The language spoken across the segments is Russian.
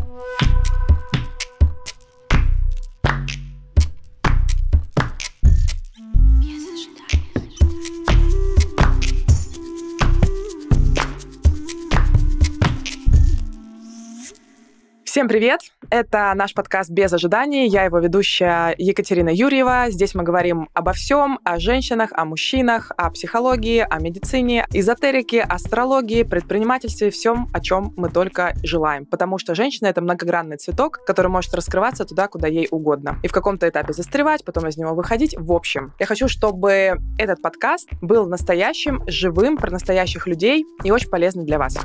Всем привет! Это наш подкаст «Без ожиданий». Я его ведущая Екатерина Юрьева. Здесь мы говорим обо всем, о женщинах, о мужчинах, о психологии, о медицине, эзотерике, астрологии, предпринимательстве, всем, о чем мы только желаем. Потому что женщина — это многогранный цветок, который может раскрываться туда, куда ей угодно. И в каком-то этапе застревать, потом из него выходить. В общем, я хочу, чтобы этот подкаст был настоящим, живым, про настоящих людей и очень полезным для вас.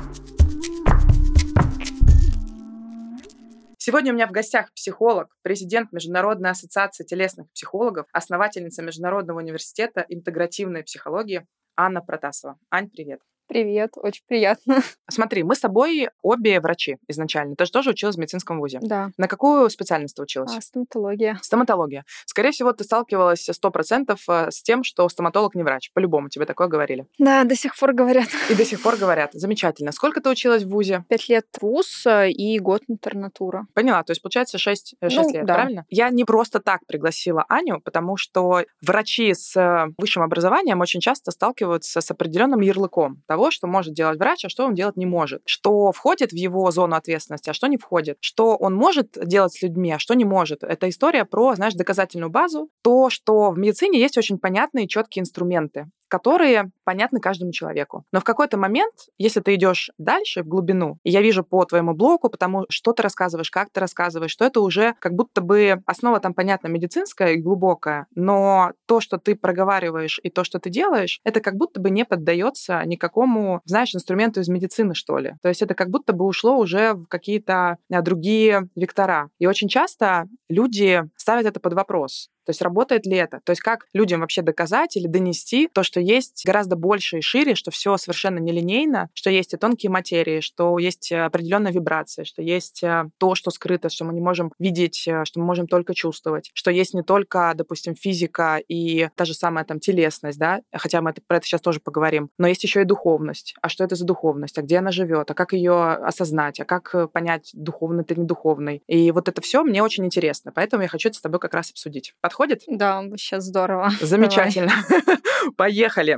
Сегодня у меня в гостях психолог, президент Международной ассоциации телесных психологов, основательница Международного университета интегративной психологии Анна Протасова. Ань, привет. Привет, очень приятно. Смотри, мы с тобой обе врачи изначально. Ты же тоже училась в медицинском вузе. Да. На какую специальность ты училась? Стоматология. Стоматология. Скорее всего, ты сталкивалась 100% с тем, что стоматолог не врач. По-любому тебе такое говорили. Да, до сих пор говорят. И до сих пор говорят. Замечательно. Сколько ты училась в вузе? 5 лет вуз и год интернатура. Поняла. То есть, получается, 6 лет, да. Правильно? Я не просто так пригласила Аню, потому что врачи с высшим образованием очень часто сталкиваются с определенным ярлыком того, что может делать врач, а что он делать не может. Что входит в его зону ответственности, а что не входит. Что он может делать с людьми, а что не может. Это история про, знаешь, доказательную базу. То, что в медицине есть очень понятные и четкие инструменты, которые понятны каждому человеку. Но в какой-то момент, если ты идешь дальше, в глубину, и я вижу по твоему блогу, потому что ты рассказываешь, как ты рассказываешь, что это уже как будто бы основа там, понятно, медицинская и глубокая, но то, что ты проговариваешь и то, что ты делаешь, это как будто бы не поддается никакому, знаешь, инструменту из медицины, что ли. То есть это как будто бы ушло уже в какие-то другие вектора. И очень часто люди ставят это под вопрос. То есть работает ли это? То есть как людям вообще доказать или донести то, что есть гораздо больше и шире, что все совершенно нелинейно, что есть и тонкие материи, что есть определенная вибрация, что есть то, что скрыто, что мы не можем видеть, что мы можем только чувствовать, что есть не только, допустим, физика и та же самая там телесность, да, хотя мы про это сейчас тоже поговорим, но есть еще и духовность. А что это за духовность? А где она живет? А как ее осознать? А как понять, духовный ты, не духовный? И вот это все мне очень интересно, поэтому я хочу это с тобой как раз обсудить. Подходит? Да, сейчас здорово. Замечательно. Поехали.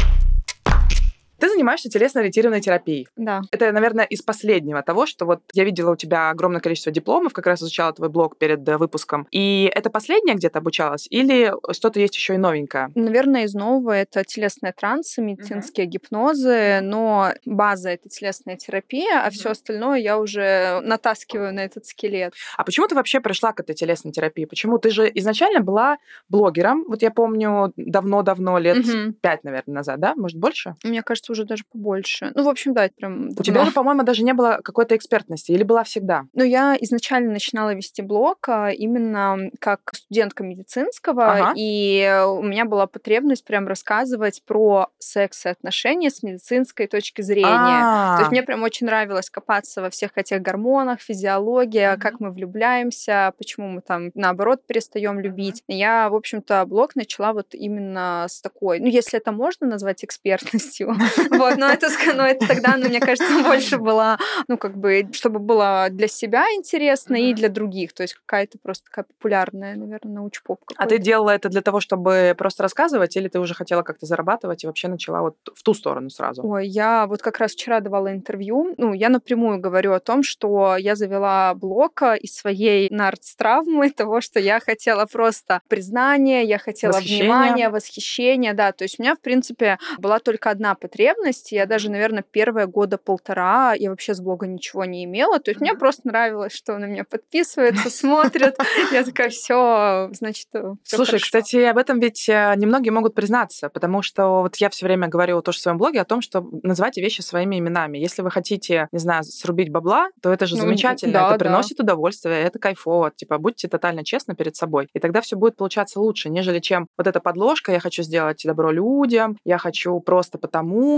Ты занимаешься телесно-ориентированной терапией. Да. Это, наверное, из последнего того, что вот я видела у тебя огромное количество дипломов, как раз изучала твой блог перед выпуском. И это последнее где-то обучалась? Или что-то есть еще и новенькое? Наверное, из нового это телесные трансы, медицинские гипнозы, но база — это телесная терапия, а все остальное я уже натаскиваю на этот скелет. А почему ты вообще пришла к этой телесной терапии? Почему? Ты же изначально была блогером, вот я помню, давно-давно, лет 5, наверное, назад, да? Может, больше? Мне кажется, уже даже побольше. Ну, в общем, да, это прям давно. У тебя же, по-моему, даже не было какой-то экспертности, или была всегда? Ну, я изначально начинала вести блог именно как студентка медицинского, и у меня была потребность прям рассказывать про секс и отношения с медицинской точки зрения. То есть мне прям очень нравилось копаться во всех этих гормонах, физиологии, как мы влюбляемся, почему мы там, наоборот, перестаем любить. И я, в общем-то, блог начала вот именно с такой, ну, если это можно назвать экспертностью, вот, но это тогда, мне кажется, больше было, ну, как бы, чтобы было для себя интересно и для других. То есть какая-то просто такая популярная, наверное, научпоп какой-то. А ты делала это для того, чтобы просто рассказывать, или ты уже хотела как-то зарабатывать и вообще начала вот в ту сторону сразу? Ой, я вот как раз вчера давала интервью. Ну, я напрямую говорю о том, что я завела блог из своей нарцтравмы, того, что я хотела просто признания, я хотела внимания, восхищения, да. То есть у меня, в принципе, была только одна потребность. Я даже, наверное, первые года полтора я вообще с блога ничего не имела. То есть мне просто нравилось, что на меня подписываются, смотрят. Я такая, все, значит, всё Слушай, хорошо. кстати, об этом ведь немногие могут признаться, потому что вот я все время говорю тоже в своем блоге о том, что называйте вещи своими именами. Если вы хотите, не знаю, срубить бабла, то это же замечательно, да, это приносит удовольствие, это кайфово. Типа, будьте тотально честны перед собой. И тогда все будет получаться лучше, нежели чем вот эта подложка, я хочу сделать добро людям, я хочу просто потому,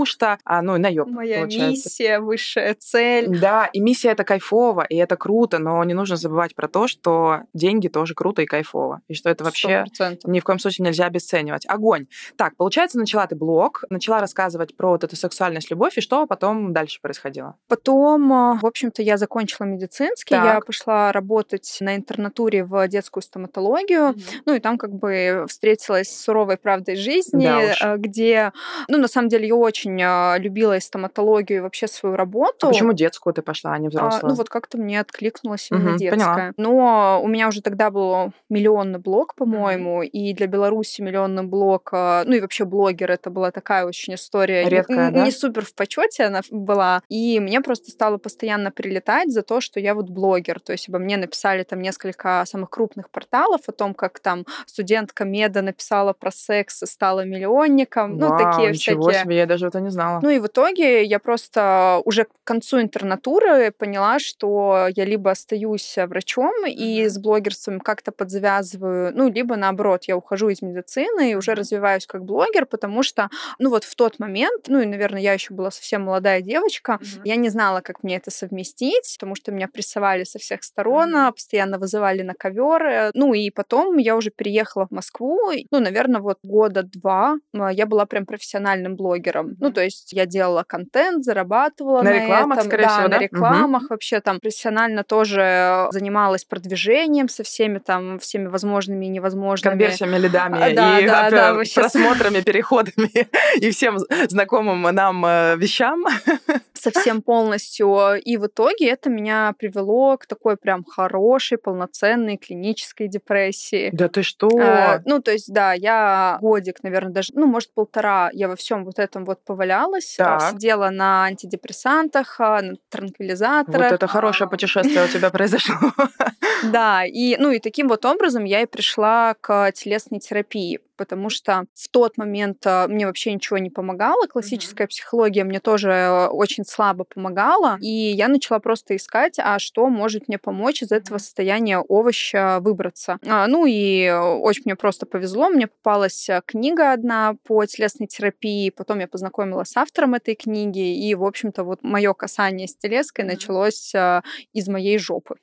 потому что, ну, и наёб, моя получается. миссия, высшая цель. Да, и миссия — это кайфово, и это круто, но не нужно забывать про то, что деньги тоже круто и кайфово, и что это вообще 100%. ни в коем случае нельзя обесценивать. Огонь. Так, получается, начала ты блог, начала рассказывать про вот эту сексуальность, любовь, и что потом дальше происходило? Потом, в общем-то, я закончила медицинский, Так. я пошла работать на интернатуре в детскую стоматологию, ну и там как бы встретилась с суровой правдой жизни, Да уж. где, ну, на самом деле, я очень любила и стоматологию, и вообще свою работу. А почему детскую ты пошла, а не взрослую? Ну вот как-то мне откликнулась именно детская. Поняла. Но у меня уже тогда был миллионный блог, по-моему, и для Беларуси миллионный блог, ну и вообще блогер, это была такая очень история. Редкая, да? Не супер в почете она была. И мне просто стало постоянно прилетать за то, что я вот блогер. То есть обо мне написали там несколько самых крупных порталов о том, как там студентка меда написала про секс и стала миллионником. Вау, Ну, такие ничего всякие. себе, я даже это не знала. Ну и в итоге я просто уже к концу интернатуры поняла, что я либо остаюсь врачом и с блогерством как-то подзавязываю, ну, либо наоборот, я ухожу из медицины и уже развиваюсь как блогер, потому что, ну, вот в тот момент, ну, и, наверное, я еще была совсем молодая девочка, я не знала, как мне это совместить, потому что меня прессовали со всех сторон, постоянно вызывали на ковер. Ну, и потом я уже переехала в Москву, ну, наверное, вот года 2 я была прям профессиональным блогером. Ну, то есть я делала контент, зарабатывала на на рекламах, этом. скорее всего, да? На рекламах вообще там профессионально тоже занималась продвижением со всеми возможными и невозможными. Конверсиями, лидами и просмотрами, переходами и всем знакомым нам вещам. Совсем полностью. И в итоге это меня привело к такой прям хорошей, полноценной клинической депрессии. Да ты что? Ну, то есть, да, я годик, наверное, даже, ну, может, 1,5 я во всем вот этом вот повалялась. Сидела на антидепрессантах, на транквилизаторах. Вот это хорошее путешествие у тебя произошло. Да, и таким вот образом я и пришла к телесной терапии, потому что в тот момент мне вообще ничего не помогало. Классическая психология мне тоже очень слабо помогала. И я начала просто искать, а что может мне помочь из этого состояния овоща выбраться. Ну и очень мне просто повезло. Мне попалась книга одна по телесной терапии. Потом я познакомилась с автором этой книги. И, в общем-то, вот мое касание с телеской началось из моей жопы.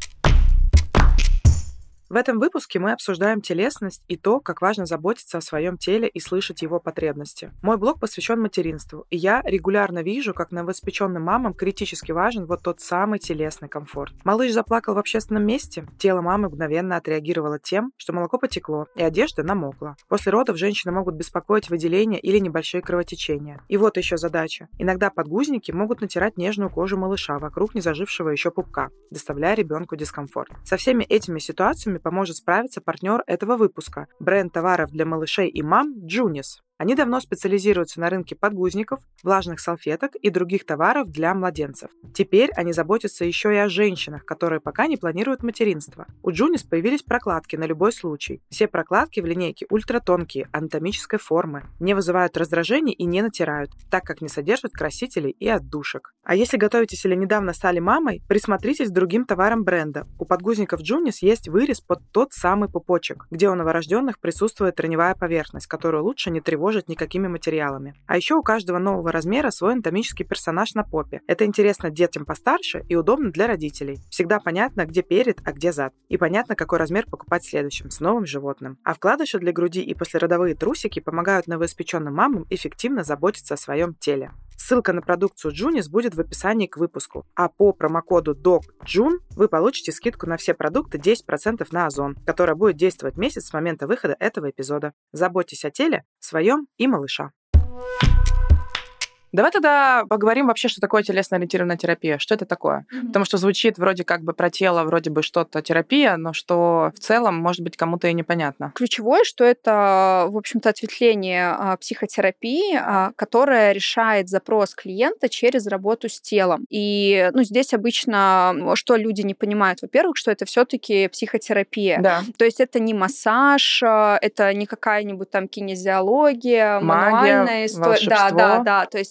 В этом выпуске мы обсуждаем телесность и то, как важно заботиться о своем теле и слышать его потребности. Мой блог посвящен материнству, и я регулярно вижу, как новоиспеченным мамам критически важен вот тот самый телесный комфорт. Малыш заплакал в общественном месте, тело мамы мгновенно отреагировало тем, что молоко потекло и одежда намокла. После родов женщины могут беспокоить выделения или небольшие кровотечения. И вот еще задача. Иногда подгузники могут натирать нежную кожу малыша вокруг незажившего еще пупка, доставляя ребенку дискомфорт. Со всеми этими ситуациями поможет справиться партнер этого выпуска – бренд товаров для малышей и мам Junis. Они давно специализируются на рынке подгузников, влажных салфеток и других товаров для младенцев. Теперь они заботятся еще и о женщинах, которые пока не планируют материнство. У Junis появились прокладки на любой случай. Все прокладки в линейке ультратонкие, анатомической формы, не вызывают раздражений и не натирают, так как не содержат красителей и отдушек. А если готовитесь или недавно стали мамой, присмотритесь к другим товарам бренда. У подгузников Junis есть вырез под тот самый пупочек, где у новорожденных присутствует тканевая поверхность, которую лучше не тревожить никакими материалами. А еще у каждого нового размера свой анатомический персонаж на попе. Это интересно детям постарше и удобно для родителей. Всегда понятно, где перед, а где зад. И понятно, какой размер покупать следующим, с новым животным. А вкладыши для груди и послеродовые трусики помогают новоиспеченным мамам эффективно заботиться о своем теле. Ссылка на продукцию Junis будет в описании к выпуску. А по промокоду DOGJUN вы получите скидку на все продукты 10% на Озон, которая будет действовать месяц с момента выхода этого эпизода. Заботьтесь о теле, своем и малыша. Давай тогда поговорим вообще, что такое телесно-ориентированная терапия. Что это такое? Потому что звучит вроде как бы про тело, вроде бы что-то терапия, но что в целом, может быть, кому-то и непонятно. Ключевое, что это, в общем-то, ответвление психотерапии, которое решает запрос клиента через работу с телом. И здесь обычно, что люди не понимают, во-первых, что это все-таки психотерапия. Да. То есть это не массаж, это не какая-нибудь там кинезиология, магия, мануальная история. волшебство. Да. То есть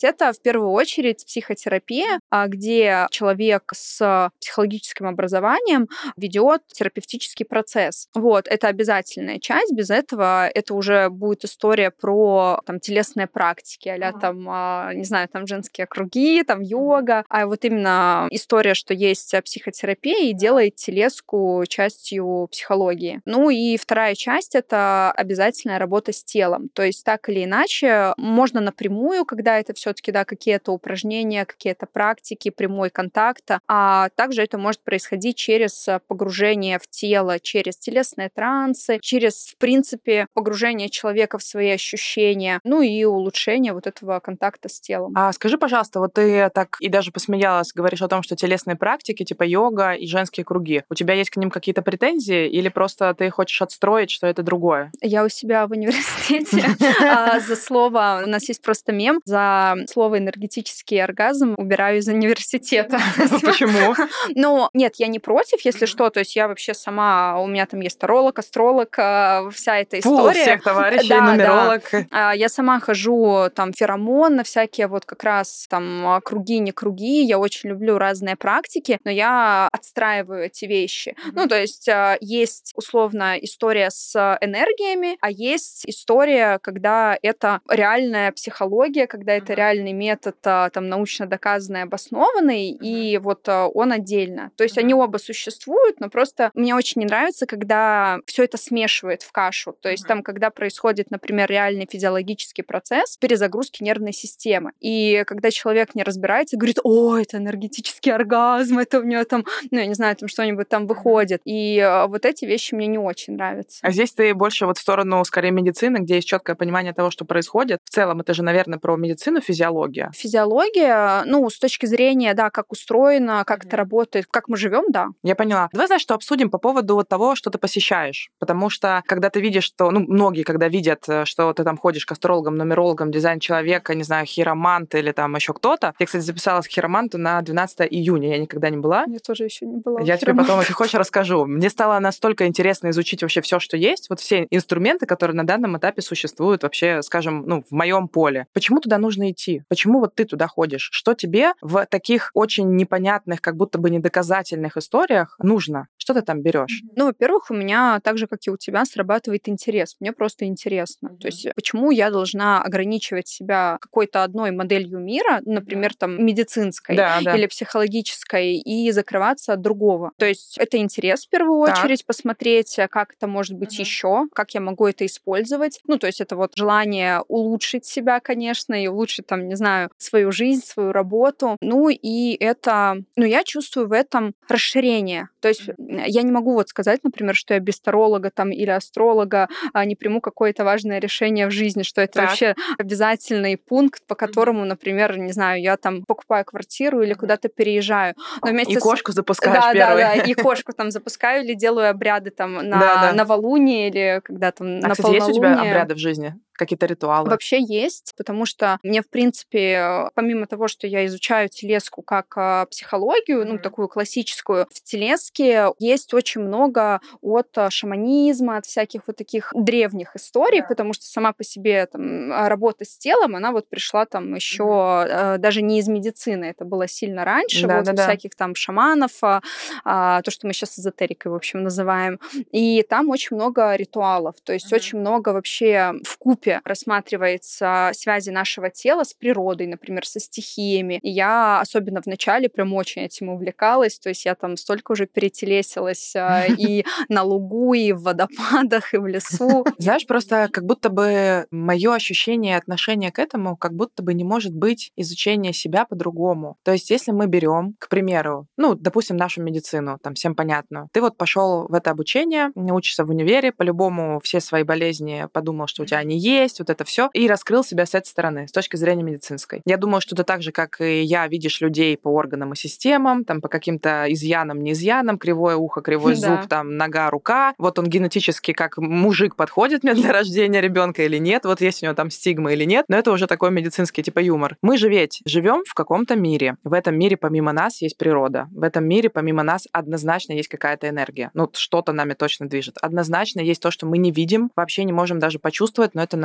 это в первую очередь психотерапия, где человек с психологическим образованием ведет терапевтический процесс. Вот, это обязательная часть. Без этого это уже будет история про там, телесные практики, а-ля там, не знаю, там женские круги, там йога. А вот именно история, что есть психотерапия и делает телеску частью психологии. Ну и вторая часть — это обязательная работа с телом. То есть так или иначе можно напрямую, когда это все-таки какие-то упражнения, какие-то практики, прямой контакт, а также это может происходить через погружение в тело, через телесные трансы, через, в принципе, погружение человека в свои ощущения, ну и улучшение вот этого контакта с телом. А скажи, пожалуйста, вот ты так и даже посмеялась, говоришь о том, что телесные практики, типа йога и женские круги, у тебя есть к ним какие-то претензии или просто ты хочешь отстроить, что это другое? Я у себя в университете за слово, у нас есть просто мем, за слово энергетический оргазм убираю из университета. Почему? Ну, нет, я не против, если что, то есть я вообще сама, у меня там есть таролог, астролог, вся эта история. Пул всех товарищей, нумеролог. Я сама хожу там феромон на всякие вот как раз там круги, не круги, я очень люблю разные практики, но я отстраиваю эти вещи. Ну, то есть есть условно история с энергиями, а есть история, когда это реальная психология, когда это реальный метод, там, научно доказанный, обоснованный, и вот он отдельно. То есть они оба существуют, но просто мне очень не нравится, когда все это смешивает в кашу. То есть там, когда происходит, например, реальный физиологический процесс перезагрузки нервной системы, и когда человек не разбирается, говорит: о, это энергетический оргазм, это у него там, ну, я не знаю, там что-нибудь там выходит. И вот эти вещи мне не очень нравятся. А здесь ты больше вот в сторону, скорее, медицины, где есть четкое понимание того, что происходит. В целом, это же, наверное, про медицину, физиология. Физиология, ну, с точки зрения, да, как устроено, как это работает, как мы живем, да. Я поняла. Давай, знаешь, что обсудим по поводу вот того, что ты посещаешь. Потому что, когда ты видишь, что, ну, многие, когда видят, что ты там ходишь к астрологам, нумерологам, дизайн человека, не знаю, хиромант или там еще кто-то. Я, кстати, записалась к хироманту на 12 июня. Я никогда не была. Я тоже еще не была. Я тебе потом, если хочешь, расскажу. Мне стало настолько интересно изучить вообще все, что есть, вот все инструменты, которые на данном этапе существуют вообще, скажем, ну, в моем поле. Почему туда нужно идти? Почему вот ты туда ходишь? Что тебе в таких очень непонятных, как будто бы недоказательных историях нужно? Что ты там берешь? Ну, во-первых, у меня так же, как и у тебя, срабатывает интерес. Мне просто интересно. То есть почему я должна ограничивать себя какой-то одной моделью мира, например, там, медицинской или психологической, и закрываться от другого? То есть это интерес в первую очередь посмотреть, как это может быть еще, как я могу это использовать. Ну, то есть это вот желание улучшить себя, конечно, и улучшить, там, не знаю, свою жизнь, свою работу. Ну, и это... Ну, я чувствую в этом расширение. То есть я не могу вот сказать, например, что я без таролога там или астролога не приму какое-то важное решение в жизни, что это вообще обязательный пункт, по которому, например, не знаю, я там покупаю квартиру или куда-то переезжаю. Но вместе и кошку запускаешь первой. Да, и кошку там запускаю или делаю обряды там на новолуние или когда там на полнолуние. Есть у тебя обряды в жизни? Какие-то ритуалы? Вообще есть, потому что мне, в принципе, помимо того, что я изучаю телеску как психологию, ну, такую классическую, в телеске есть очень много от шаманизма, от всяких вот таких древних историй, потому что сама по себе там работа с телом, она вот пришла там еще даже не из медицины, это было сильно раньше, всяких там шаманов, то, что мы сейчас эзотерикой, в общем, называем. И там очень много ритуалов, то есть очень много вообще вкупе рассматривается связи нашего тела с природой, например, со стихиями. И я особенно в начале прям очень этим увлекалась, то есть я там столько уже перетелесилась и на лугу, и в водопадах, и в лесу. Знаешь, просто как будто бы мое ощущение и отношение к этому как будто бы не может быть изучение себя по-другому. То есть если мы берем, к примеру, ну, допустим, нашу медицину, там всем понятно, ты вот пошел в это обучение, учишься в универе, по-любому все свои болезни подумал, что у тебя они есть, вот это все, и раскрыл себя с этой стороны, с точки зрения медицинской. Я думаю, что ты так же, как и я, видишь людей по органам и системам, там по каким-то изъянам, не изъянам, кривое ухо, кривой зуб, там нога, рука. Вот он генетически как мужик подходит мне для рождения ребенка или нет, вот есть у него там стигма или нет, но это уже такой медицинский типа юмор. Мы же ведь живем в каком-то мире. В этом мире помимо нас есть природа. В этом мире помимо нас однозначно есть какая-то энергия. Ну, что-то нами точно движет. Однозначно есть то, что мы не видим, вообще не можем даже почувствовать, но это на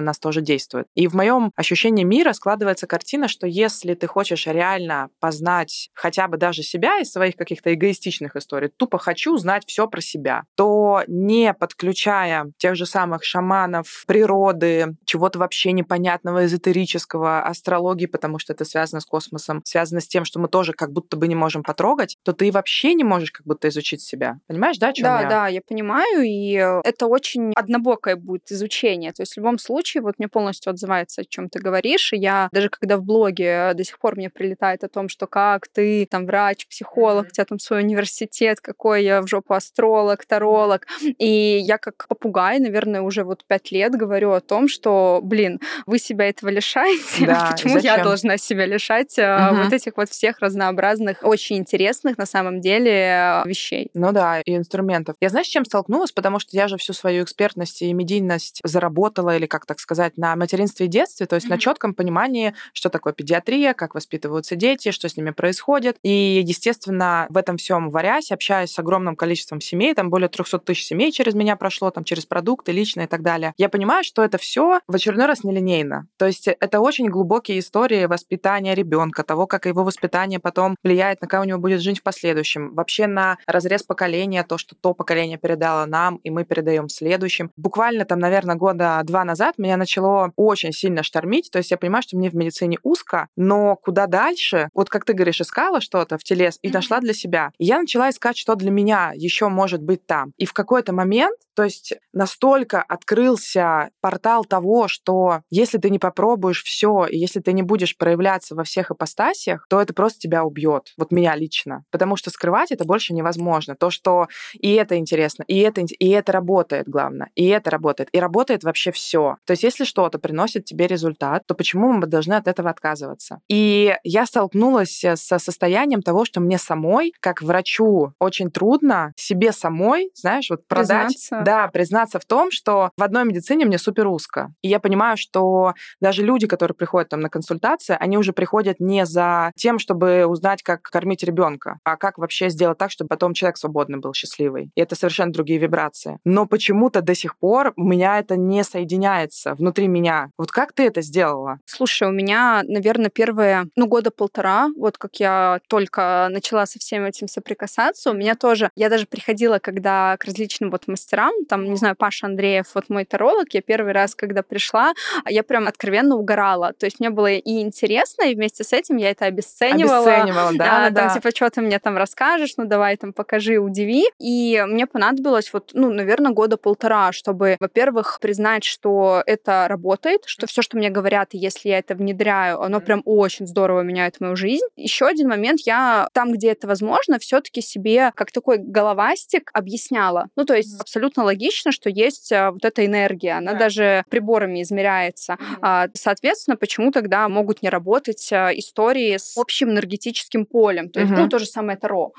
нас тоже действует. И в моем ощущении мира складывается картина, что если ты хочешь реально познать хотя бы даже себя из своих каких-то эгоистичных историй, тупо хочу знать все про себя, то не подключая тех же самых шаманов, природы, чего-то вообще непонятного, эзотерического, астрологии, потому что это связано с космосом, связано с тем, что мы тоже как будто бы не можем потрогать, то ты вообще не можешь как будто изучить себя. Понимаешь, да, о чём я? Да, я понимаю, и это очень однобокое будет изучение. То есть в любом случае, вот мне полностью отзывается, о чем ты говоришь, и я даже когда в блоге до сих пор мне прилетает о том, что как ты, там, врач, психолог, у тебя там свой университет, какой я в жопу астролог, таролог, и я как попугай, наверное, уже вот 5 лет говорю о том, что, блин, вы себя этого лишаете, Да, почему я должна себя лишать вот этих вот всех разнообразных, очень интересных на самом деле вещей. Ну да, и инструментов. Я знаешь, с чем столкнулась? Потому что я же всю свою экспертность и медийность заработала, или как так сказать, на материнстве и детстве, то есть на четком понимании, что такое педиатрия, как воспитываются дети, что с ними происходит. И, естественно, в этом всем варясь, общаясь с огромным количеством семей, там более 300 тысяч семей через меня прошло, там через продукты, лично и так далее. Я понимаю, что это все в очередной раз нелинейно. То есть это очень глубокие истории воспитания ребенка, того, как его воспитание потом влияет на кого у него будет жизнь в последующем, вообще на разрез поколения, то, что то поколение передало нам, и мы передаем следующим. Буквально там, наверное, 2 года назад меня начало очень сильно штормить, то есть я понимаю, что мне в медицине узко, но куда дальше, вот как ты говоришь, искала что-то в телес и нашла для себя. И я начала искать, что для меня еще может быть там. И в какой-то момент, то есть настолько открылся портал того, что если ты не попробуешь все, и если ты не будешь проявляться во всех ипостасях, то это просто тебя убьет. Вот меня лично. Потому что скрывать это больше невозможно. То, что и это интересно, и это работает, главное. И это работает. И работает вообще все. То есть если что-то приносит тебе результат, то почему мы должны от этого отказываться? И я столкнулась со состоянием того, что мне самой, как врачу, очень трудно себе самой, знаешь, вот продать... признаться в том, что в одной медицине мне супер узко. И я понимаю, что даже люди, которые приходят там на консультации, они уже приходят не за тем, чтобы узнать, как кормить ребенка, а как вообще сделать так, чтобы потом человек свободный был, счастливый. И это совершенно другие вибрации. Но почему-то до сих пор у меня это не соединяется внутри меня. Вот как ты это сделала? Слушай, у меня, наверное, первые, 1.5 года, вот как я только начала со всем этим соприкасаться, у меня тоже, я даже приходила, когда к различным вот мастерам, там, не знаю, Паша Андреев, вот мой таролог, я первый раз, когда пришла, я прям откровенно угорала. То есть мне было и интересно, и вместе с этим я это обесценивала. Да. Там, типа, что ты мне там расскажешь, ну, давай там покажи, удиви. И мне понадобилось вот, наверное, 1.5 года, чтобы, во-первых, признать, что это работает, что все, что мне говорят, и если я это внедряю, оно прям очень здорово меняет мою жизнь. Еще один момент, я там, где это возможно, все-таки себе как такой головастик объясняла. Ну, то есть абсолютно логично, что есть вот эта энергия, она даже приборами измеряется. Соответственно, почему тогда могут не работать истории с общим энергетическим полем? То есть, то же самое Таро.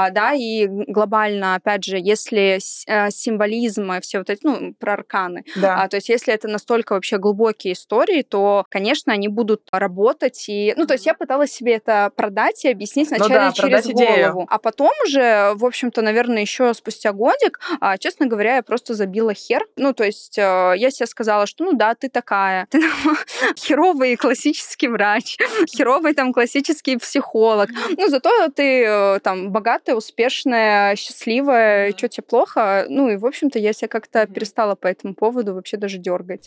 И глобально, опять же, если символизм, все вот эти, про арканы, то есть если это настолько вообще глубокие истории, то, конечно, они будут работать. И, то есть я пыталась себе это продать и объяснить вначале через голову. А потом уже, в общем-то, наверное, еще спустя годик, честно говоря, я просто забила хер. То есть я себе сказала, что, ты такая, ты херовый классический врач, херовый там классический психолог. Зато ты там богатая, успешная, счастливая, что тебе плохо? И, в общем-то, я себя как-то перестала по этому поводу вообще даже дергать.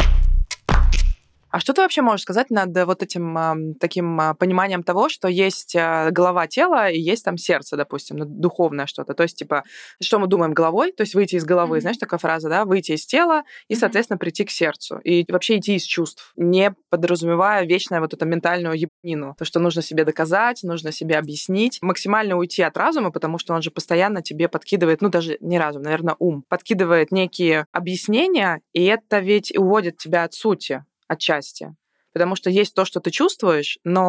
А что ты вообще можешь сказать над вот этим таким пониманием того, что есть голова тела и есть там сердце, допустим, духовное что-то? То есть, типа, что мы думаем головой, то есть выйти из головы, знаешь, такая фраза, да, выйти из тела и, соответственно, прийти к сердцу. И вообще идти из чувств, не подразумевая вечную вот эту ментальную ебанину. То, что нужно себе доказать, нужно себе объяснить, максимально уйти от разума, потому что он же постоянно тебе подкидывает, даже не разум, наверное, ум, подкидывает некие объяснения, и это ведь уводит тебя от сути. Отчасти. Потому что есть то, что ты чувствуешь, но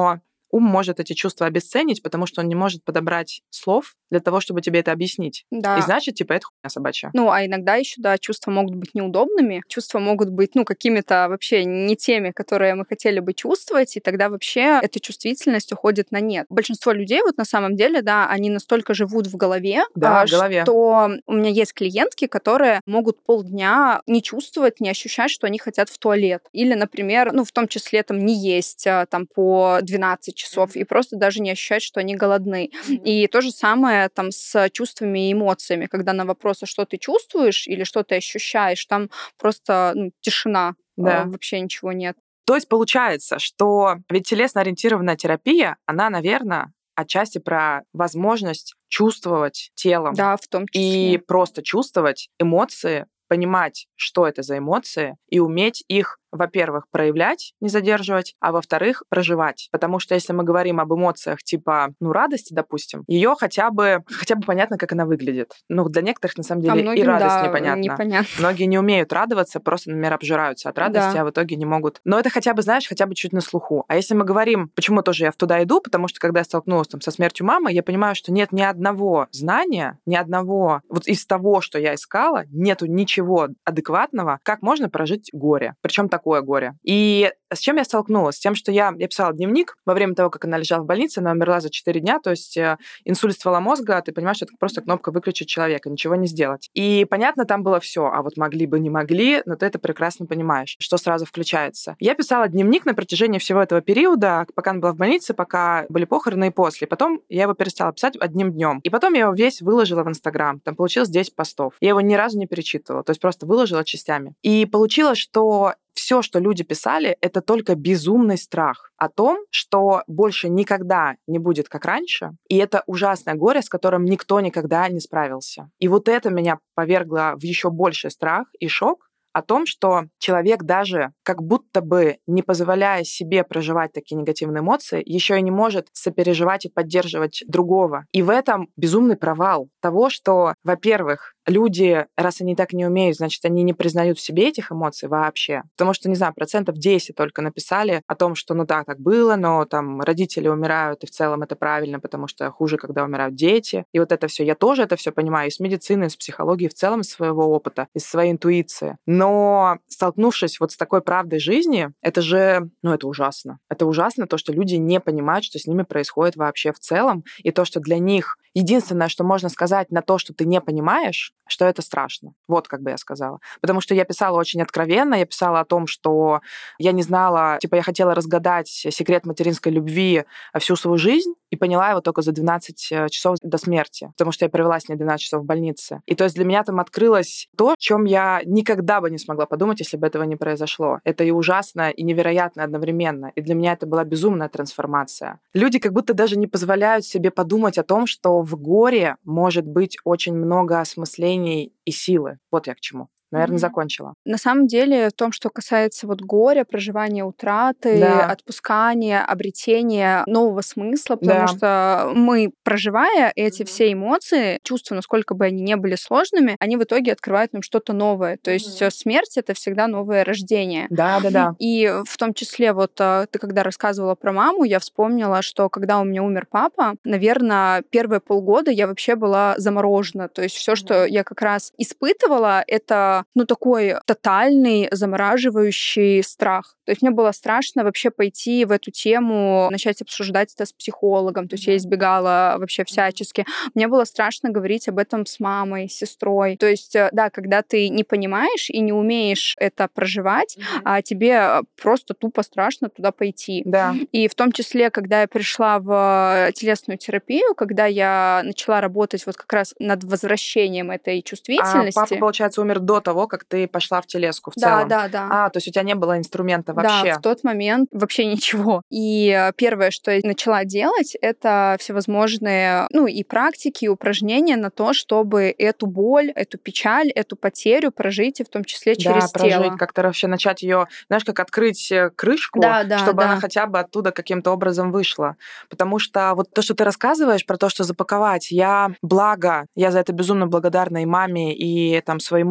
ум может эти чувства обесценить, потому что он не может подобрать слов для того, чтобы тебе это объяснить. Да. И значит, это хуйня собачья. А иногда еще, да, чувства могут быть неудобными, чувства могут быть, какими-то вообще не теми, которые мы хотели бы чувствовать, и тогда вообще эта чувствительность уходит на нет. Большинство людей на самом деле, да, они настолько живут в голове, в голове. Что у меня есть клиентки, которые могут полдня не чувствовать, не ощущать, что они хотят в туалет. Или, например, в том числе не есть по 12 часов и просто даже не ощущать, что они голодны. И то же самое с чувствами и эмоциями, когда на вопрос, а что ты чувствуешь или что ты ощущаешь, там просто тишина, вообще ничего нет. То есть получается, что ведь телесно-ориентированная терапия, она, наверное, отчасти про возможность чувствовать телом. Да, в том числе. И просто чувствовать эмоции, понимать, что это за эмоции, и уметь их, во-первых, проявлять, не задерживать, а во-вторых, проживать. Потому что если мы говорим об эмоциях типа, радости, допустим, ее хотя бы понятно, как она выглядит. Для некоторых, на самом деле, многим, и радость да, непонятна. Многие не умеют радоваться, просто, например, обжираются от радости, а в итоге не могут. Но это хотя бы, хотя бы чуть на слуху. А если мы говорим, почему тоже я туда иду, потому что когда я столкнулась со смертью мамы, я понимаю, что нет ни одного знания, ни одного из того, что я искала, нету ничего адекватного, как можно прожить горе. Причем такое горе. И с чем я столкнулась? С тем, что я писала дневник во время того, как она лежала в больнице, она умерла за 4 дня, то есть инсульт ствола мозга, ты понимаешь, что это просто кнопка выключить человека, ничего не сделать. И понятно, там было все, а могли бы, не могли, но ты это прекрасно понимаешь, что сразу включается. Я писала дневник на протяжении всего этого периода, пока она была в больнице, пока были похороны и после. Потом я его перестала писать одним днем. И потом я его весь выложила в Инстаграм. Там получилось 10 постов. Я его ни разу не перечитывала, то есть просто выложила частями. И получилось, что все, что люди писали, это только безумный страх о том, что больше никогда не будет как раньше, и это ужасное горе, с которым никто никогда не справился. И это меня повергло в еще больший страх и шок о том, что человек даже как будто бы, не позволяя себе проживать такие негативные эмоции, еще и не может сопереживать и поддерживать другого. И в этом безумный провал того, что, во-первых, люди, раз они так не умеют, значит, они не признают в себе этих эмоций вообще. Потому что, не знаю, 10% только написали о том, что, так было, но родители умирают, и в целом это правильно, потому что хуже, когда умирают дети. И это все, я тоже это все понимаю из медицины, из психологии, в целом из своего опыта, из своей интуиции. Но столкнувшись с такой правдой жизни, это же, это ужасно. Это ужасно, то, что люди не понимают, что с ними происходит вообще в целом, и то, что для них единственное, что можно сказать на то, что ты не понимаешь, что это страшно. Как бы я сказала. Потому что я писала очень откровенно, я писала о том, что я не знала, я хотела разгадать секрет материнской любви всю свою жизнь, и поняла его только за 12 часов до смерти, потому что я провела с ней 12 часов в больнице. И то есть для меня там открылось то, о чем я никогда бы не смогла подумать, если бы этого не произошло. Это и ужасно, и невероятно одновременно. И для меня это была безумная трансформация. Люди как будто даже не позволяют себе подумать о том, что в горе может быть очень много осмыслений и силы. Я к чему. Наверное, закончила. На самом деле, в том, что касается горя, проживания утраты, отпускания, обретения нового смысла, потому что мы, проживая эти все эмоции, чувства, насколько бы они ни были сложными, они в итоге открывают нам что-то новое. То есть смерть — это всегда новое рождение. Да. И в том числе, ты когда рассказывала про маму, я вспомнила, что когда у меня умер папа, наверное, первые полгода я вообще была заморожена. То есть все, что я как раз испытывала, это такой тотальный, замораживающий страх. То есть мне было страшно вообще пойти в эту тему, начать обсуждать это с психологом. То есть я избегала вообще всячески. Мне было страшно говорить об этом с мамой, с сестрой. То есть, да, когда ты не понимаешь и не умеешь это проживать, а тебе просто тупо страшно туда пойти. Да. И в том числе, когда я пришла в телесную терапию, когда я начала работать как раз над возвращением этой чувствительности. А папа, получается, умер до того, как ты пошла в телеску в целом? Да. То есть у тебя не было инструмента вообще? Да, в тот момент вообще ничего. И первое, что я начала делать, это всевозможные, и практики, и упражнения на то, чтобы эту боль, эту печаль, эту потерю прожить, и в том числе через прожить, тело. как-то вообще начать ее, знаешь, как открыть крышку, чтобы она хотя бы оттуда каким-то образом вышла. Потому что то, что ты рассказываешь про то, что запаковать, я за это безумно благодарна и маме, и своему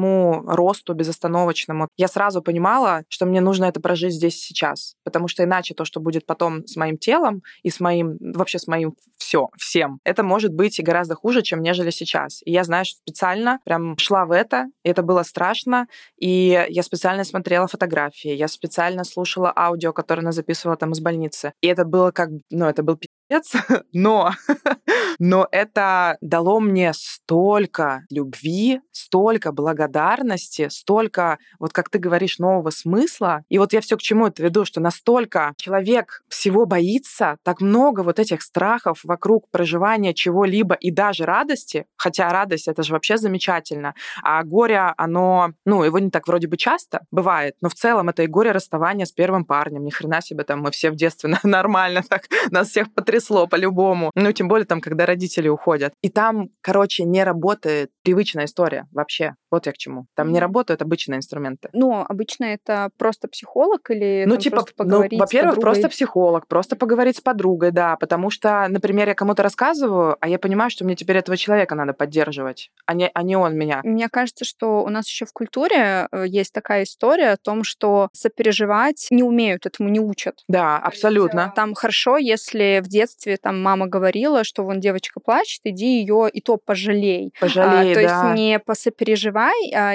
росту безостановочному, я сразу понимала, что мне нужно это прожить здесь и сейчас, потому что иначе то, что будет потом с моим телом и с моим, вообще с моим всем, это может быть и гораздо хуже, чем нежели сейчас. И я, знаешь, специально прям шла в это, и это было страшно, и я специально смотрела фотографии, я специально слушала аудио, которое она записывала там из больницы. И это было как, это был пиздец, но это дало мне столько любви, столько благодарности, столько, вот как ты говоришь, нового смысла. И вот я все к чему это веду, что настолько человек всего боится, так много вот этих страхов вокруг проживания чего-либо и даже радости, хотя радость — это же вообще замечательно, а горе, оно, его не так вроде бы часто бывает, но в целом это и горе расставания с первым парнем. Ни хрена себе, там мы все в детстве нормально так, нас всех потрясло по-любому. Тем более там, когда родители уходят. И там, не работает привычная история вообще. Вот я к чему. Там не работают обычные инструменты. Обычно это просто психолог или просто поговорить во-первых, с подругой? просто психолог, просто поговорить с подругой, да, потому что, например, я кому-то рассказываю, а я понимаю, что мне теперь этого человека надо поддерживать, а не он меня. Мне кажется, что у нас еще в культуре есть такая история о том, что сопереживать не умеют, этому не учат. Да, абсолютно. Там хорошо, если в детстве там мама говорила, что вон девочка плачет, иди ее и то пожалей. Пожалей, то да. есть не посопереживай,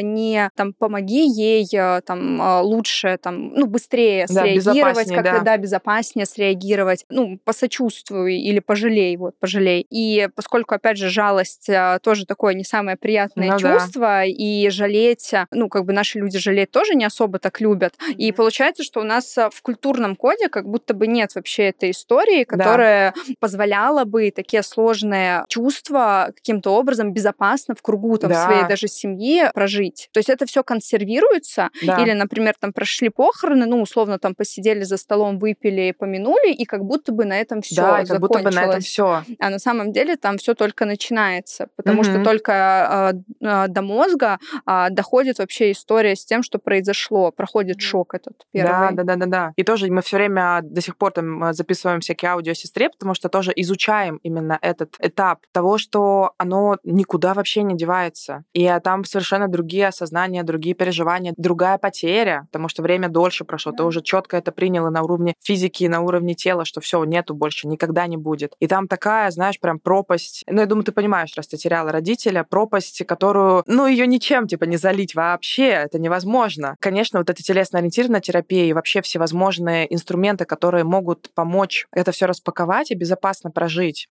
не там помоги ей там лучше, там, быстрее среагировать, как-то безопаснее среагировать, посочувствуй или пожалей, пожалей. И поскольку, опять же, жалость тоже такое не самое приятное чувство, и жалеть, наши люди жалеть тоже не особо так любят. И получается, что у нас в культурном коде как будто бы нет вообще этой истории, которая позволяла бы такие сложные чувства каким-то образом безопасно в кругу своей даже семьи прожить. То есть это все консервируется, или, например, там прошли похороны, условно там посидели за столом, выпили, помянули, и как будто бы на этом все закончилось. Как будто бы на этом все. А на самом деле там все только начинается, потому что только до мозга доходит вообще история с тем, что произошло, проходит шок этот первый. Да. И тоже мы все время до сих пор там записываем всякие аудио сестре, потому что тоже изучаем именно этот этап того, что оно никуда вообще не девается. И там совершенно другие осознания, другие переживания, другая потеря, потому что время дольше прошло. Ты уже четко это приняла на уровне физики, на уровне тела, что все нету больше, никогда не будет. И там такая, знаешь, прям пропасть. Я думаю, ты понимаешь, раз ты теряла родителя, пропасть, которую, ее ничем не залить вообще, это невозможно. Конечно, вот эта телесно-ориентированная терапия и вообще всевозможные инструменты, которые могут помочь это все распаковать и безопасно прожить.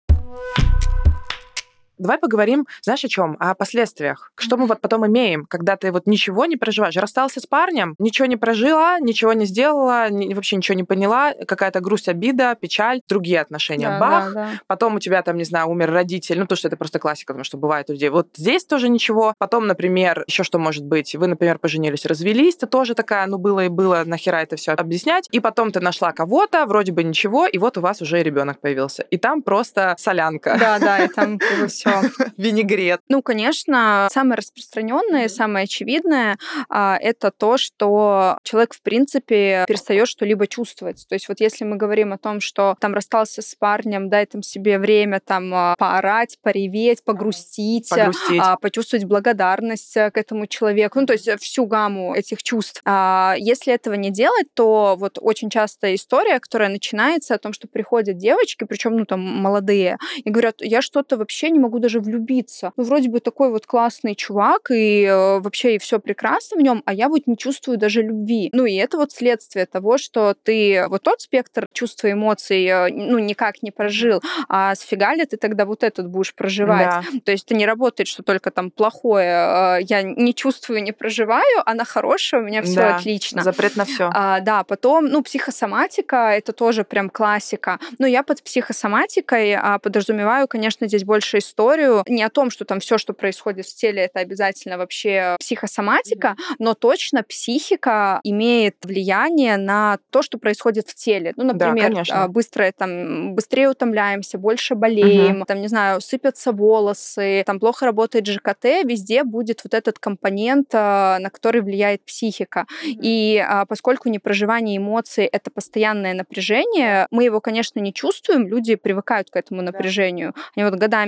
Давай поговорим, знаешь, о чем? О последствиях. Что мы потом имеем, когда ты ничего не проживаешь. Расстался с парнем, ничего не прожила, ничего не сделала, вообще ничего не поняла, какая-то грусть, обида, печаль, другие отношения. Бах! Да. Потом у тебя там, не знаю, умер родитель, то, что это просто классика, потому что бывает у людей. Вот здесь тоже ничего. Потом, например, еще что может быть? Вы, например, поженились, развелись, это тоже такая, было и было, нахера это все объяснять. И потом ты нашла кого-то, вроде бы ничего, и вот у вас уже ребенок появился. И там просто солянка. Да, и там все. Винегрет. Конечно, самое распространенное, самое очевидное это то, что человек, в принципе, перестает что-либо чувствовать. То есть если мы говорим о том, что там расстался с парнем, дай там себе время там поорать, пореветь, погрустить. Почувствовать благодарность к этому человеку, то есть всю гамму этих чувств. Если этого не делать, то очень часто история, которая начинается о том, что приходят девочки, причем там молодые, и говорят, я что-то вообще не могу даже влюбиться. Вроде бы такой классный чувак, и вообще и все прекрасно в нем, а я не чувствую даже любви. И это следствие того, что ты тот спектр чувств и эмоций никак не прожил, а сфига ли ты тогда этот будешь проживать? Да. То есть это не работает, что только там плохое я не чувствую, не проживаю, а на хорошее у меня все отлично. Запрет на все. Потом, психосоматика, это тоже прям классика. Но я под психосоматикой подразумеваю, конечно, здесь больше историю не о том, что там все, что происходит в теле, это обязательно вообще психосоматика, но точно психика имеет влияние на то, что происходит в теле. Например, быстрее утомляемся, больше болеем, там, не знаю, сыпятся волосы, там плохо работает ЖКТ, везде будет этот компонент, на который влияет психика. И поскольку непроживание эмоций — это постоянное напряжение, мы его, конечно, не чувствуем, люди привыкают к этому напряжению. Они годами с ним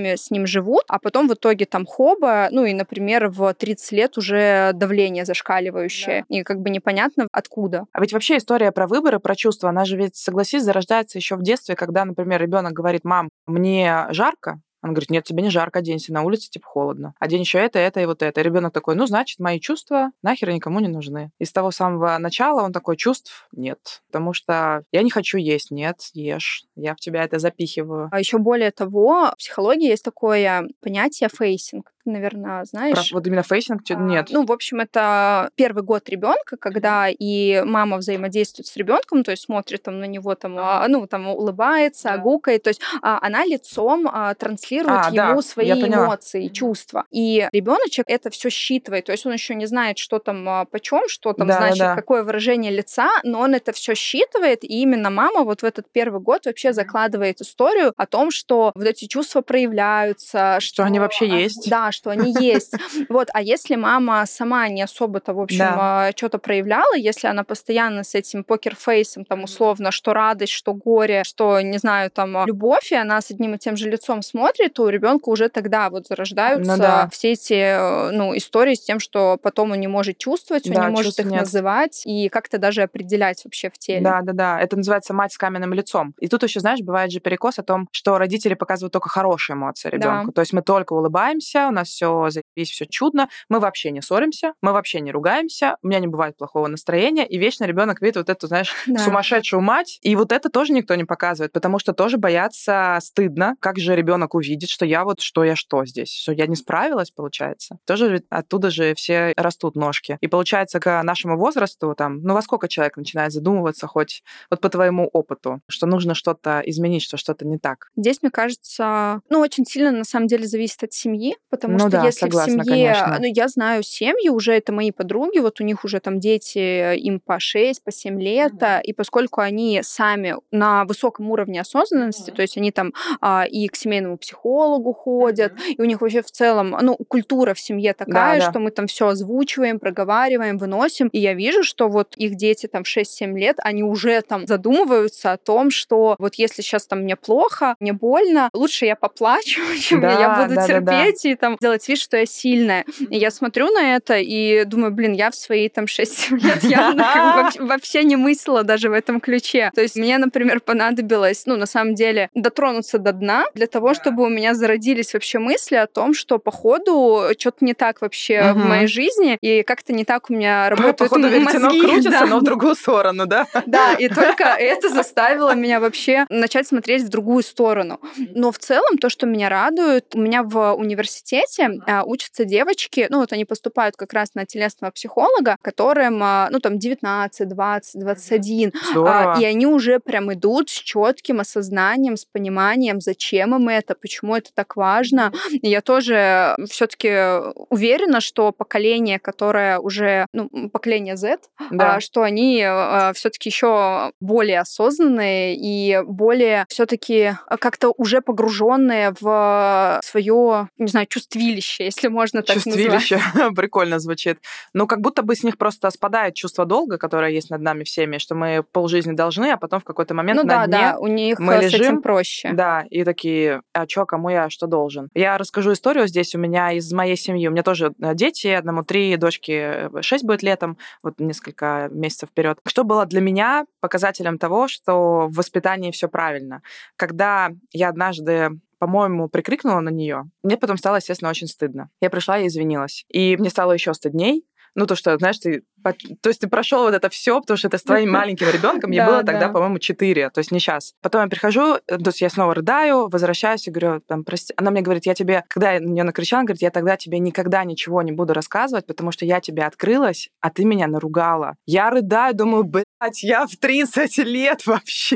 живут, а потом в итоге там хоба, ну и, например, в 30 лет уже давление зашкаливающее, и как бы непонятно откуда. А ведь вообще история про выборы, про чувства, она же ведь, согласись, зарождается еще в детстве, когда, например, ребенок говорит: мам, мне жарко. Он говорит: нет, тебе не жарко, оденься, на улице типа холодно. Одень еще это и вот это. И ребенок такой: ну, значит, мои чувства нахер никому не нужны. И с того самого начала он такой: чувств нет. Потому что я не хочу есть. Нет, ешь. Я в тебя это запихиваю. А еще более того, в психологии есть такое понятие фейсинг. Ты, наверное, знаешь. Вот именно фейсинг? Нет. Ну, в общем, это первый год ребенка, когда и мама взаимодействует с ребенком, то есть смотрит там на него, там, ну, там улыбается, гукает, то есть она лицом транслирует ему свои эмоции, чувства. И ребеночек это все считывает, то есть он еще не знает, что там почем, что там значит, какое выражение лица, но он это все считывает, и именно мама вот в этот первый год вообще закладывает историю о том, что вот эти чувства проявляются, что они вообще есть. Да, что они есть. Вот, а если мама сама не особо-то, в общем, что-то проявляла, если она постоянно с этим покерфейсом, там, условно, что радость, что горе, что, не знаю, там, любовь, и она с одним и тем же лицом смотрит, то у ребенка уже тогда вот зарождаются все эти, ну, истории с тем, что потом он не может чувствовать, он не может их называть и как-то даже определять вообще в теле. Да. Это называется мать с каменным лицом. И тут еще, знаешь, бывает же перекос о том, что родители показывают только хорошие эмоции ребенку. То есть мы только улыбаемся, у нас все заебись, все чудно, мы вообще не ссоримся, мы вообще не ругаемся, у меня не бывает плохого настроения, и вечно ребенок видит вот эту, знаешь, сумасшедшую мать. И вот это тоже никто не показывает, потому что тоже боятся, стыдно, как же ребенок увидит, что я вот, что здесь, что я не справилась, получается. Тоже оттуда же все растут ножки. И получается, к нашему возрасту, там, ну, во сколько человек начинает задумываться, хоть вот по твоему опыту, что нужно что-то изменить, что что-то не так? Здесь, мне кажется, ну, очень сильно, на самом деле, зависит от семьи, потому что если согласна, в семье, конечно. ну, я знаю семьи, уже это мои подруги, вот у них уже там дети, им по 6, по 7 лет, и поскольку они сами на высоком уровне осознанности, то есть они там и к семейному психологу ходят, и у них вообще в целом, ну, культура в семье такая, что мы там все озвучиваем, проговариваем, выносим, и я вижу, что вот их дети там в 6-7 лет, они уже там задумываются о том, что вот если сейчас там мне плохо, мне больно, лучше я поплачу, чем я буду терпеть и там делать вид, что я сильная. И я смотрю на это и думаю, блин, я в свои там 6-7 лет явно вообще не мыслила даже в этом ключе. То есть мне, например, понадобилось, ну, на самом деле, дотронуться до дна для того, чтобы у меня зародились вообще мысли о том, что, походу, что-то не так вообще в моей жизни, и как-то не так у меня работают мозги. Веретено крутится, но в другую сторону, да? Да, и только это заставило меня вообще начать смотреть в другую сторону. Но в целом то, что меня радует, у меня в университете учатся девочки, ну вот они поступают как раз на телесного психолога, которым, ну там 19, 20, 21, и они уже прям идут с четким осознанием, с пониманием, зачем им это, почему это так важно. И я тоже все-таки уверена, что поколение, которое уже, ну, поколение Z, что они все-таки еще более осознанные и более все-таки как-то уже погруженные в свое, не знаю, чувствилище, если можно так назвать. Чувствилище, прикольно звучит. Ну, как будто бы с них просто спадает чувство долга, которое есть над нами всеми, что мы полжизни должны, а потом в какой-то момент на дне у них мы лежим, с этим проще. Да, и такие, а чё, кому я что должен? Я расскажу историю здесь у меня из моей семьи. У меня тоже дети, одному 3, дочке 6 будет летом, вот несколько месяцев вперед. Что было для меня показателем того, что в воспитании все правильно? Когда я однажды, по-моему, прикрикнула на нее, мне потом стало, естественно, очень стыдно. Я пришла и извинилась. И мне стало еще стыдней. Ну, то, что, знаешь, то есть ты прошел вот это все, потому что это с твоим маленьким ребенком. Мне было тогда, по-моему, 4, то есть не сейчас. Потом я прихожу, то есть я снова рыдаю, возвращаюсь и говорю, там, прости. Она мне говорит, я тебе, когда я на нее накричала, она говорит, я тогда тебе никогда ничего не буду рассказывать, потому что я тебе открылась, а ты меня наругала. Я рыдаю, думаю, блядь, я в 30 лет вообще.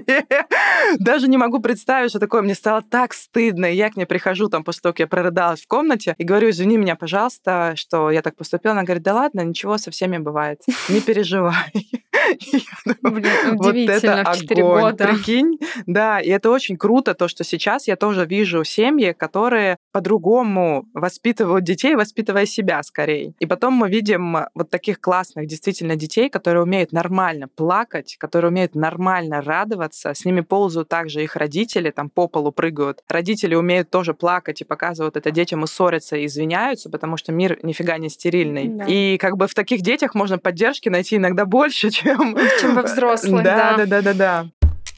Даже не могу представить, что такое. Мне стало так стыдно. И я к ней прихожу, там, после того, как я прорыдалась в комнате, и говорю, извини меня, пожалуйста, что я так поступила. Она говорит, да ладно, ничего, со всеми бывает. Не переживай. Блин, Вот это удивительно, в 4 огонь, года. прикинь. Да, и это очень круто, то, что сейчас я тоже вижу семьи, которые по-другому воспитывают детей, воспитывая себя скорее. И потом мы видим вот таких классных действительно детей, которые умеют нормально плакать, которые умеют нормально радоваться, с ними ползают также их родители, там по полу прыгают. Родители умеют тоже плакать и показывают это детям и ссорятся, и извиняются, потому что мир нифига не стерильный. Да. И как бы в таких детях можно поддержки найти иногда больше, чем во взрослых, да. Да.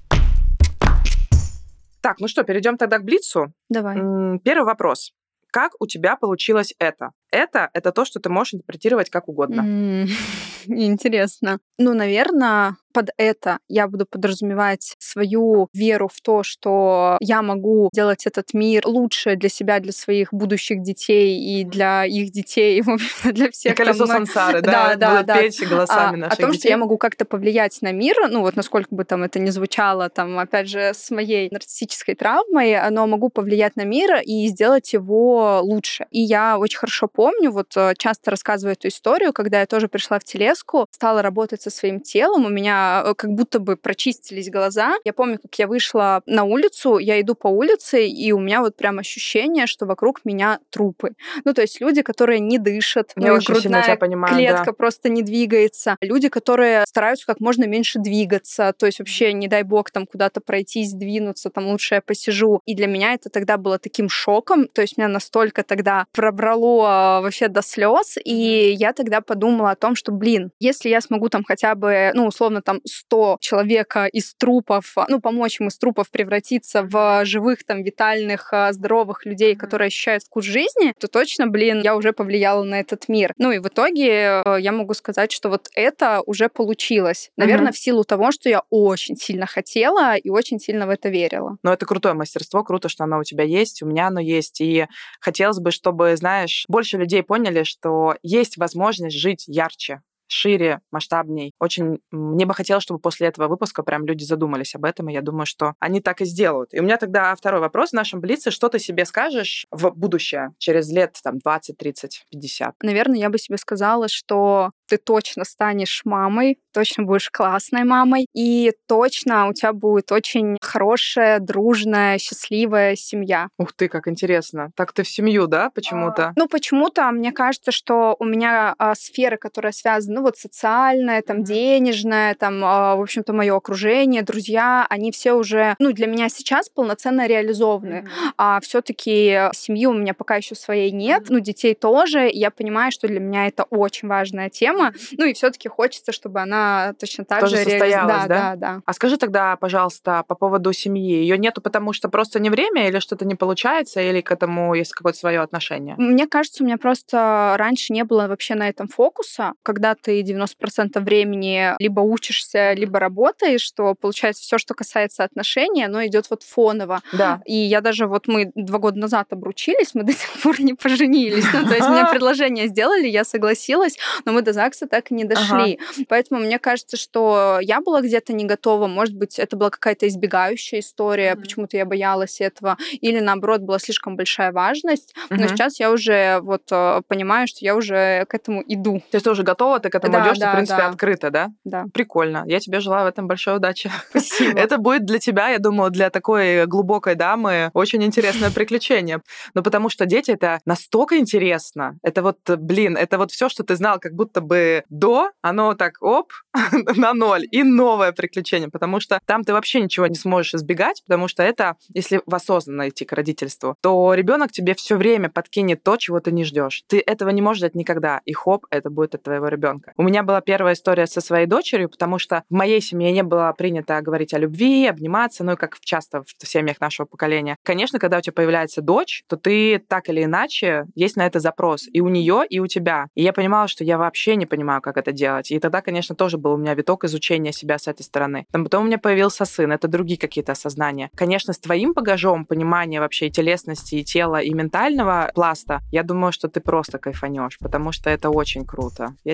Так, ну что, перейдем тогда к блицу. Давай. Первый вопрос. Как у тебя получилось это? Это то, что ты можешь интерпретировать как угодно. Интересно. Ну, наверное, под это я буду подразумевать свою веру в то, что я могу сделать этот мир лучше для себя, для своих будущих детей и для их детей, в общем, для всех. И колесо сансары, да, будут петь голосами наших детей. О том, детей. что я могу как-то повлиять на мир, ну вот насколько бы там это ни звучало, там, опять же, с моей нарциссической травмой, но могу повлиять на мир и сделать его лучше. И я очень хорошо помню, вот часто рассказываю эту историю, когда я тоже пришла в телеску, стала работать со своим телом, у меня как будто бы прочистились глаза. Я помню, как я вышла на улицу, я иду по улице, и у меня вот прям ощущение, что вокруг меня трупы. Ну, то есть люди, которые не дышат, я очень сильно тебя понимаю, клетка просто не двигается. Люди, которые стараются как можно меньше двигаться, то есть вообще, не дай бог, там куда-то пройтись, двинуться, там лучше я посижу. И для меня это тогда было таким шоком, то есть меня настолько тогда пробрало вообще до слез, и я тогда подумала о том, что, блин, если я смогу там хотя бы, ну, условно, там 100 человека из трупов, ну, помочь им из трупов превратиться в живых, там, витальных, здоровых людей, которые ощущают вкус жизни, то точно, блин, я уже повлияла на этот мир. Ну, и в итоге я могу сказать, что вот это уже получилось. Наверное, в силу того, что я очень сильно хотела и очень сильно в это верила. Но это крутое мастерство, круто, что оно у тебя есть, у меня оно есть, и хотелось бы, чтобы, знаешь, больше людей поняли, что есть возможность жить ярче, шире, масштабней. Очень мне бы хотелось, чтобы после этого выпуска прям люди задумались об этом, и я думаю, что они так и сделают. И у меня тогда второй вопрос в нашем блице. Что ты себе скажешь в будущее, через лет там 20, 30, 50? Наверное, я бы себе сказала, что ты точно станешь мамой, точно будешь классной мамой, и точно у тебя будет очень хорошая, дружная, счастливая семья. Ух ты, как интересно. Так ты в семью, да, почему-то? Ну, почему-то мне кажется, что у меня сфера, которая связана, ну, вот социальная, там, денежная, там, в общем-то, мое окружение, друзья, они все уже, ну, для меня сейчас полноценно реализованы. А все-таки семьи у меня пока еще своей нет, ну, детей тоже. И я понимаю, что для меня это очень важная тема. Ну, и все-таки хочется, чтобы она точно так тоже же состоялась, да? Да. А скажи тогда, пожалуйста, по поводу семьи. Ее нету, потому что просто не время, или что-то не получается, или к этому есть какое-то свое отношение? Мне кажется, у меня просто раньше не было вообще на этом фокуса, когда ты 90% времени либо учишься, либо работаешь, что получается все, что касается отношений, оно идет вот фоново. Да. И я даже вот мы 2 года назад обручились, мы до сих пор не поженились. Ну, то есть мне предложение сделали, я согласилась, но мы до ЗАГСа так и не дошли. Поэтому мне кажется, что я была где-то не готова. Может быть, это была какая-то избегающая история, почему-то я боялась этого, или наоборот была слишком большая важность. Но сейчас я уже вот понимаю, что я уже к этому иду. То есть ты уже готова, ты к этому идешь, ты, в принципе, да. открыта, да? Да. Прикольно. Я тебе желаю в этом большой удачи. Спасибо. Это будет для тебя, я думаю, для такой глубокой дамы очень интересное приключение. Ну, потому что дети — это настолько интересно. Это вот, блин, это вот все, что ты знал как будто бы до, оно так, оп, на ноль, и новое приключение, потому что там ты вообще ничего не сможешь избегать, потому что это, если в осознанно идти к родительству, то ребенок тебе все время подкинет то, чего ты не ждешь. Ты этого не можешь ждать никогда, и хоп, это будет от твоего ребенка. У меня была первая история со своей дочерью, потому что в моей семье не было принято говорить о любви, обниматься, ну и как часто в семьях нашего поколения. Конечно, когда у тебя появляется дочь, то ты так или иначе есть на это запрос и у нее, и у тебя. И я понимала, что я вообще не понимаю, как это делать. И тогда, конечно, тоже был у меня виток изучения себя с этой стороны. Потом у меня появился сын, это другие какие-то осознания. Конечно, с твоим багажом понимания вообще и телесности, и тела, и ментального пласта, я думаю, что ты просто кайфанешь, потому что это очень круто. Я тебе этого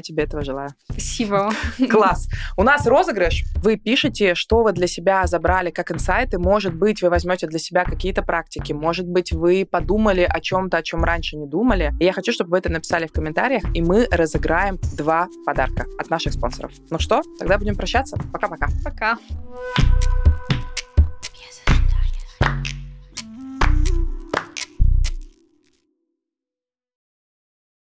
этого желаю. Спасибо. Класс. У нас розыгрыш. Вы пишете, что вы для себя забрали как инсайты. Может быть, вы возьмете для себя какие-то практики. Может быть, вы подумали о чем-то, о чем раньше не думали. И я хочу, чтобы вы это написали в комментариях, и мы разыграем 2 подарка от наших спонсоров. Ну что, тогда будем прощаться. Пока-пока. Пока.